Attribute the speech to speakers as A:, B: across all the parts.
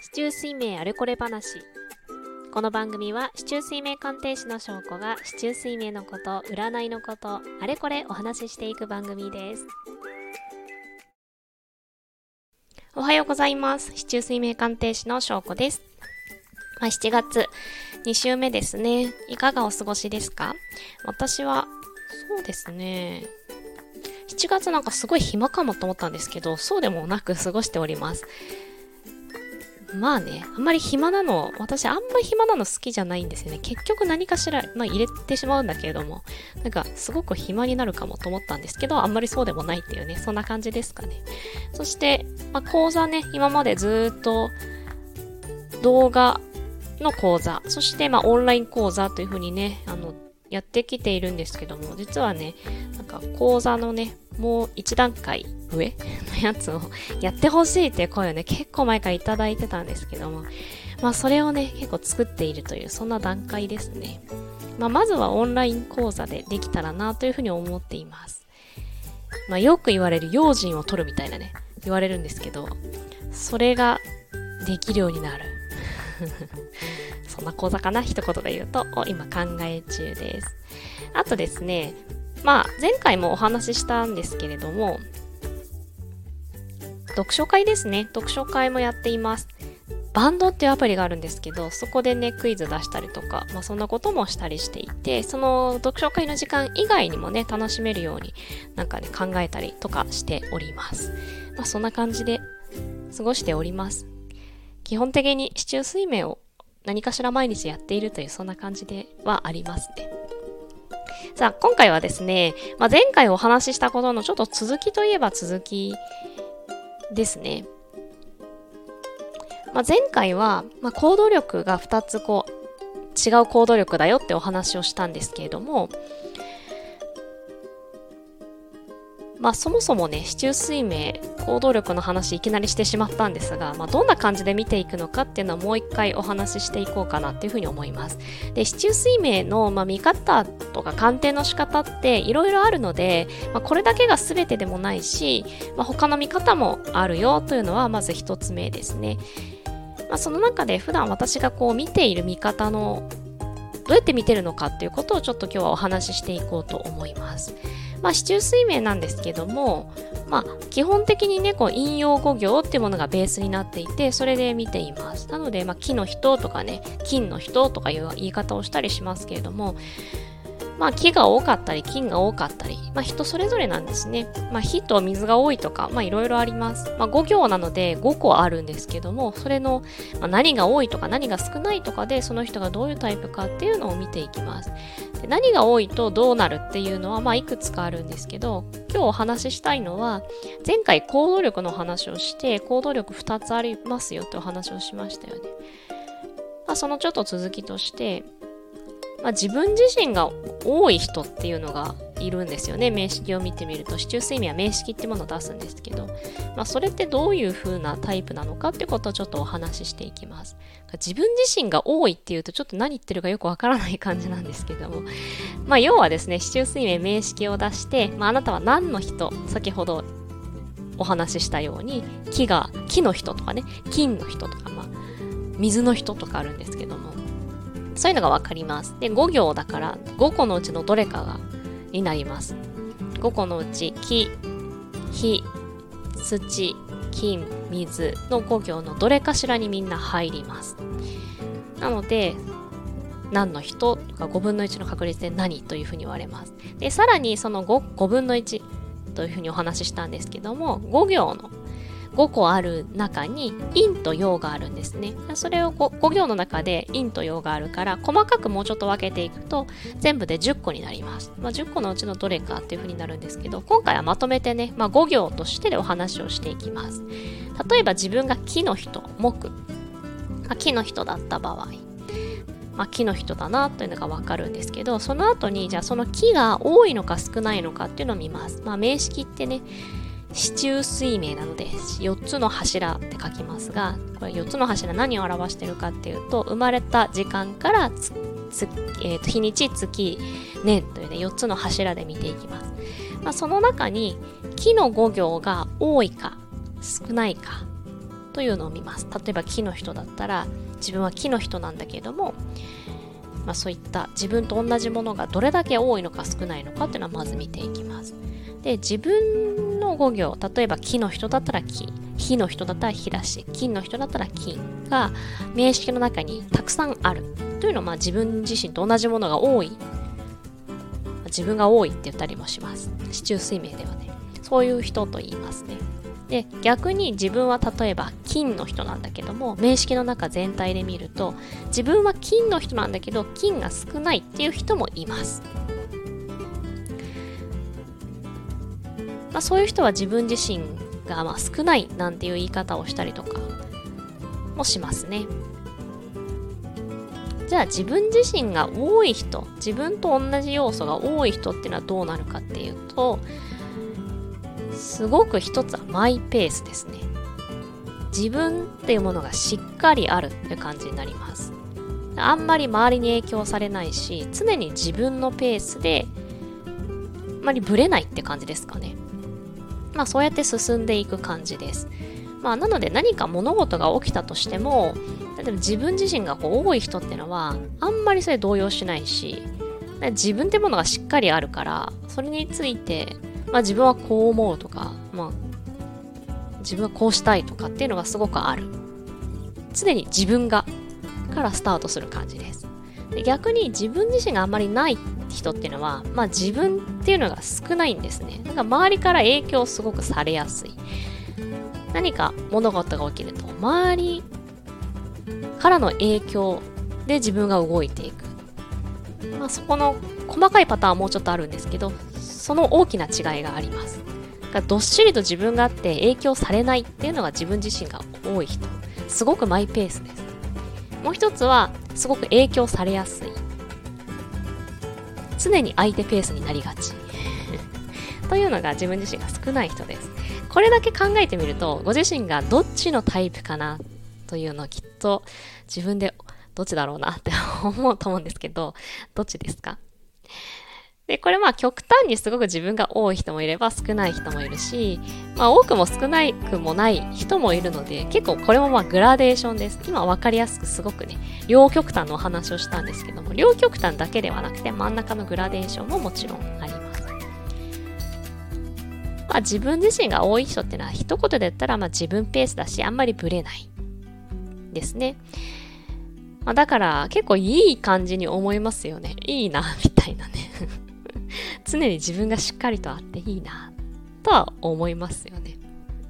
A: 四柱推命あれこれ話。この番組は四柱推命鑑定士の翔子が四柱推命のこと、占いのこと、あれこれお話ししていく番組です。おはようございます。四柱推命鑑定士の翔子です。7月2週目ですね。いかがお過ごしですか？私はそうですね、7月なんかすごい暇かもと思ったんですけど、そうでもなく過ごしております。まあね、私あんまり暇なの好きじゃないんですよね。結局何かしら、入れてしまうんだけれども、なんかすごく暇になるかもと思ったんですけど、あんまりそうでもないっていうね、そんな感じですかね。そして、講座ね、今までずっと動画の講座、そしてオンライン講座というふうにね、やってきているんですけども、実はね、なんか講座のね、もう一段階上のやつをやってほしいっていう声をね、結構前からいただいてたんですけども、それをね、結構作っているという、そんな段階ですね。まずはオンライン講座でできたらなというふうに思っています。よく言われる用心を取るみたいなね、言われるんですけど、それができるようになる。そんな講座かな、一言で言うと、今考え中です。あとですね、前回もお話ししたんですけれども、読書会ですね。読書会もやっています。バンドっていうアプリがあるんですけど、そこでね、クイズ出したりとか、そんなこともしたりしていて、その読書会の時間以外にもね、楽しめるように考えたりとかしております。そんな感じで過ごしております。基本的に四柱推命を何かしら毎日やっているという、そんな感じではありますね。さあ、今回はですね、前回お話ししたことのちょっと続きといえば続きですね。前回は、行動力が2つ違う行動力だよってお話をしたんですけれども、そもそもね、四柱推命、行動力の話いきなりしてしまったんですが、どんな感じで見ていくのかっていうのはもう一回お話ししていこうかなっていうふうに思います。で、四柱推命の、見方とか鑑定の仕方っていろいろあるので、これだけが全てでもないし、他の見方もあるよというのはまず一つ目ですね。その中で普段私が見ている見方のどうやって見てるのかっていうことをちょっと今日はお話ししていこうと思います。四柱推命なんですけども、基本的にね、引用語行っていうものがベースになっていて、それで見ています。なので、木の人とかね、金の人とかいう言い方をしたりしますけれども、木が多かったり金が多かったり、人それぞれなんですね。火と水が多いとか、いろいろあります。5行なので5個あるんですけども、それの、何が多いとか何が少ないとかで、その人がどういうタイプかっていうのを見ていきます。で、何が多いとどうなるっていうのは、いくつかあるんですけど、今日お話ししたいのは、前回行動力の話をして、行動力2つありますよってお話をしましたよね。そのちょっと続きとして、自分自身が多い人っていうのがいるんですよね。名式を見てみると、四柱推命は名式ってものを出すんですけど、それってどういう風なタイプなのかってことをちょっとお話ししていきます。自分自身が多いっていうとちょっと何言ってるかよくわからない感じなんですけども、要はですね、四柱推命名式を出して、あなたは何の人、先ほどお話ししたように木の人とかね、金の人とか、水の人とかあるんですけども、そういうのがわかります。で、5行だから5個のうちのどれかになります。5個のうち木、火、土、金、水の5行のどれかしらにみんな入ります。なので、何の人とか5分の1の確率で何というふうに言われます。で、さらにその5分の1というふうにお話ししたんですけども、5行の5個ある中に陰と陽があるんですね。それを 5行の中で陰と陽があるから、細かくもうちょっと分けていくと全部で10個になります。10個のうちのどれかっていう風になるんですけど、今回はまとめてね、5行としてでお話をしていきます。例えば自分が木の人、木、木の人だった場合、木の人だなというのが分かるんですけど、その後にじゃあその木が多いのか少ないのかっていうのを見ます。名式ってね、四柱推命なので4つの柱って書きますが、これ4つの柱何を表しているかっていうと、生まれた時間から日にち、月、年というね、4つの柱で見ていきます。その中に木の5行が多いか少ないかというのを見ます。例えば木の人だったら、自分は木の人なんだけれども、そういった自分と同じものがどれだけ多いのか少ないのかっていうのはまず見ていきます。で、自分の語行、例えば木の人だったら木、火の人だったら火だし、金の人だったら金が名式の中にたくさんあるというのは、自分自身と同じものが多い、自分が多いって言ったりもします。四柱推命ではね、そういう人と言いますね。で、逆に自分は例えば金の人なんだけども、名式の中全体で見ると、自分は金の人なんだけど金が少ないっていう人もいます。そういう人は自分自身が少ないなんていう言い方をしたりとかもしますね。じゃあ自分自身が多い人、自分と同じ要素が多い人っていうのはどうなるかっていうと、すごく一つはマイペースですね。自分っていうものがしっかりあるって感じになります。あんまり周りに影響されないし、常に自分のペースであまりブレないって感じですかね。そうやって進んでいく感じです。なので何か物事が起きたとしても、例えば自分自身が多い人っていうのはあんまりそれ動揺しないし、自分ってものがしっかりあるから、それについて自分はこう思うとか、自分はこうしたいとかっていうのがすごくある。常に自分がからスタートする感じです。で、逆に自分自身があんまりない人っていうのは、自分っていうのが少ないんですね。周りから影響すごくされやすい。何か物事が起きると、周りからの影響で自分が動いていく。そこの細かいパターンはもうちょっとあるんですけど、その大きな違いがあります。どっしりと自分があって影響されないっていうのが自分自身が多い人。すごくマイペースです。もう一つは、すごく影響されやすい。常に相手ペースになりがち。というのが自分自身が少ない人です。これだけ考えてみると、ご自身がどっちのタイプかなというのをきっと自分でどっちだろうなって思うと思うんですけど、どっちですか？で、これ極端にすごく自分が多い人もいれば少ない人もいるし、多くも少なくもない人もいるので、結構これもグラデーションです。今わかりやすくすごくね、両極端のお話をしたんですけども、両極端だけではなくて真ん中のグラデーションももちろんあります。自分自身が多い人ってのは一言で言ったら自分ペースだし、あんまりブレないですね。だから結構いい感じに思いますよね。いいな、みたいなね。常に自分がしっかりとあっていいな、とは思いますよね。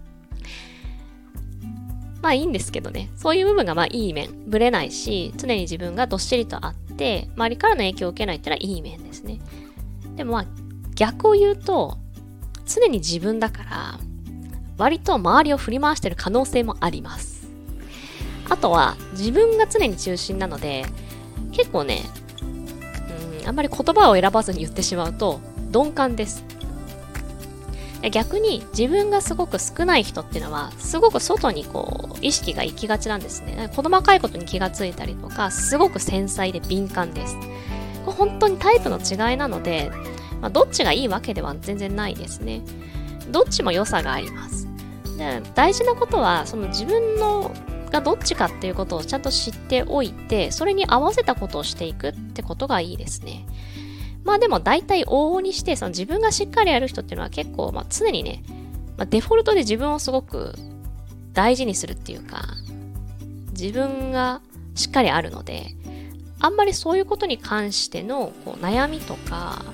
A: いいんですけどね。そういう部分がいい面。ブレないし、常に自分がどっしりとあって、周りからの影響を受けないってのはいい面ですね。でも逆を言うと、常に自分だから、割と周りを振り回している可能性もあります。あとは、自分が常に中心なので、結構ね、あんまり言葉を選ばずに言ってしまうと鈍感です。逆に自分がすごく少ない人っていうのはすごく外に意識が行きがちなんですね。細かいことに気がついたりとか、すごく繊細で敏感です。これ本当にタイプの違いなので、どっちがいいわけでは全然ないですね。どっちも良さがあります。で、大事なことはその自分のがどっちかっていうことをちゃんと知っておいて、それに合わせたことをしていくってことがいいですね。でも大体往々にして、その自分がしっかりやる人っていうのは結構常にね、デフォルトで自分をすごく大事にするっていうか、自分がしっかりあるので、あんまりそういうことに関しての悩みとか、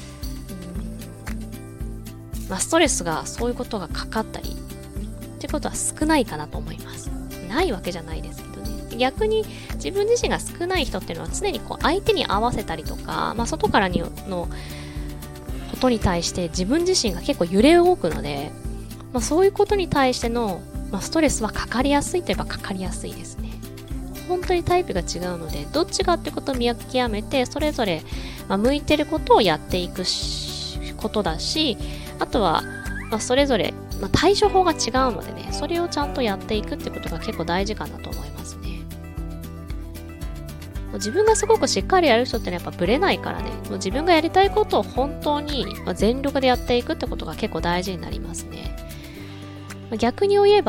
A: ストレスがそういうことがかかったりってことは少ないかなと思います。ないわけじゃないですけどね。逆に自分自身が少ない人っていうのは常に相手に合わせたりとか、外からのことに対して自分自身が結構揺れ動くので、そういうことに対しての、ストレスはかかりやすいといえばかかりやすいですね。本当にタイプが違うので、どっちかってことを見極めて、それぞれ、向いてることをやっていくことだし、あとは、それぞれ対処法が違うのでね、それをちゃんとやっていくってことが結構大事かなと思いますね。自分がすごくしっかりやる人ってやっぱブレないからね、もう自分がやりたいことを本当に全力でやっていくってことが結構大事になりますね。逆に言えば、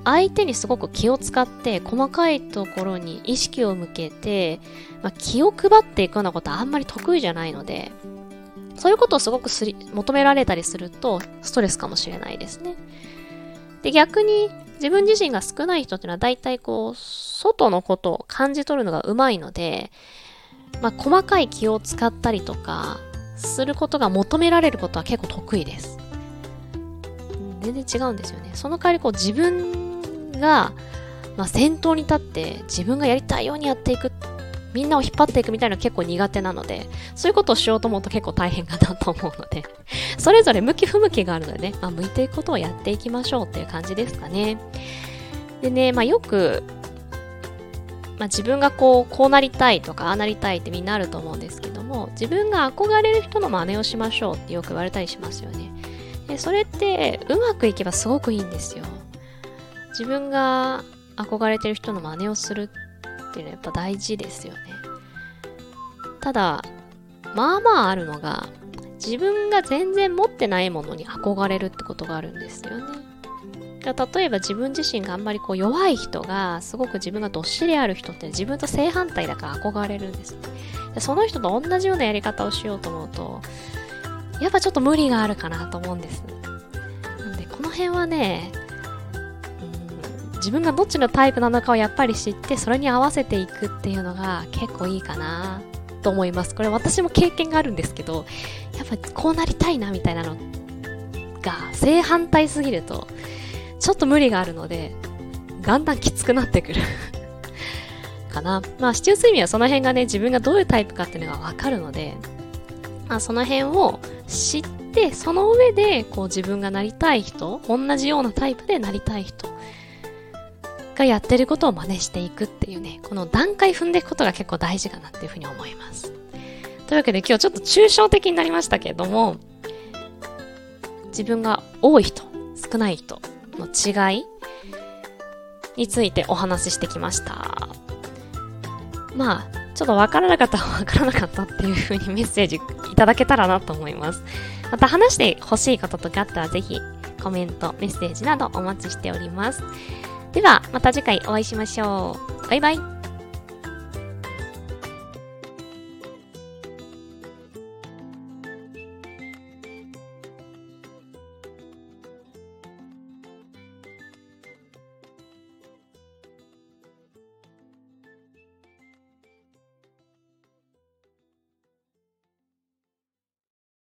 A: 相手にすごく気を使って細かいところに意識を向けて、気を配っていくようなことはあんまり得意じゃないので、そういうことをすごく求められたりするとストレスかもしれないですね。で、逆に自分自身が少ない人っていうのは大体外のことを感じ取るのがうまいので、細かい気を使ったりとかすることが求められることは結構得意です。全然違うんですよね。その代わり自分が、先頭に立って自分がやりたいようにやっていく、みんなを引っ張っていくみたいなの結構苦手なので、そういうことをしようと思うと結構大変かなと思うので、それぞれ向き不向きがあるのでね、向いていくことをやっていきましょうっていう感じですかね。でね、よく、自分がこうなりたいとか、ああなりたいってみんなあると思うんですけども、自分が憧れる人の真似をしましょうってよく言われたりしますよね。でそれってうまくいけばすごくいいんですよ。自分が憧れてる人の真似をするっていうのはやっぱ大事ですよね。ただ、あるのが、自分が全然持ってないものに憧れるってことがあるんですよね。例えば自分自身があんまり弱い人が、すごく自分がどっしりある人って自分と正反対だから憧れるんです。でその人と同じようなやり方をしようと思うと、やっぱちょっと無理があるかなと思うんです。なのでこの辺はね、自分がどっちのタイプなのかをやっぱり知って、それに合わせていくっていうのが結構いいかなと思います。これ私も経験があるんですけど、やっぱこうなりたいなみたいなのが正反対すぎるとちょっと無理があるので、だんだんきつくなってくるかな。四柱推命はその辺がね、自分がどういうタイプかっていうのがわかるので、その辺を知って、その上で自分がなりたい人、同じようなタイプでなりたい人がやってることを真似していくっていうね、この段階踏んでいくことが結構大事かなっていうふうに思います。というわけで今日ちょっと抽象的になりましたけれども、自分が多い人、少ない人の違いについてお話ししてきました。ちょっとわからなかったらわからなかったっていう風にメッセージいただけたらなと思います。また話してほしいこととかあったらぜひコメント、メッセージなどお待ちしております。ではまた次回お会いしましょう。バイバイ。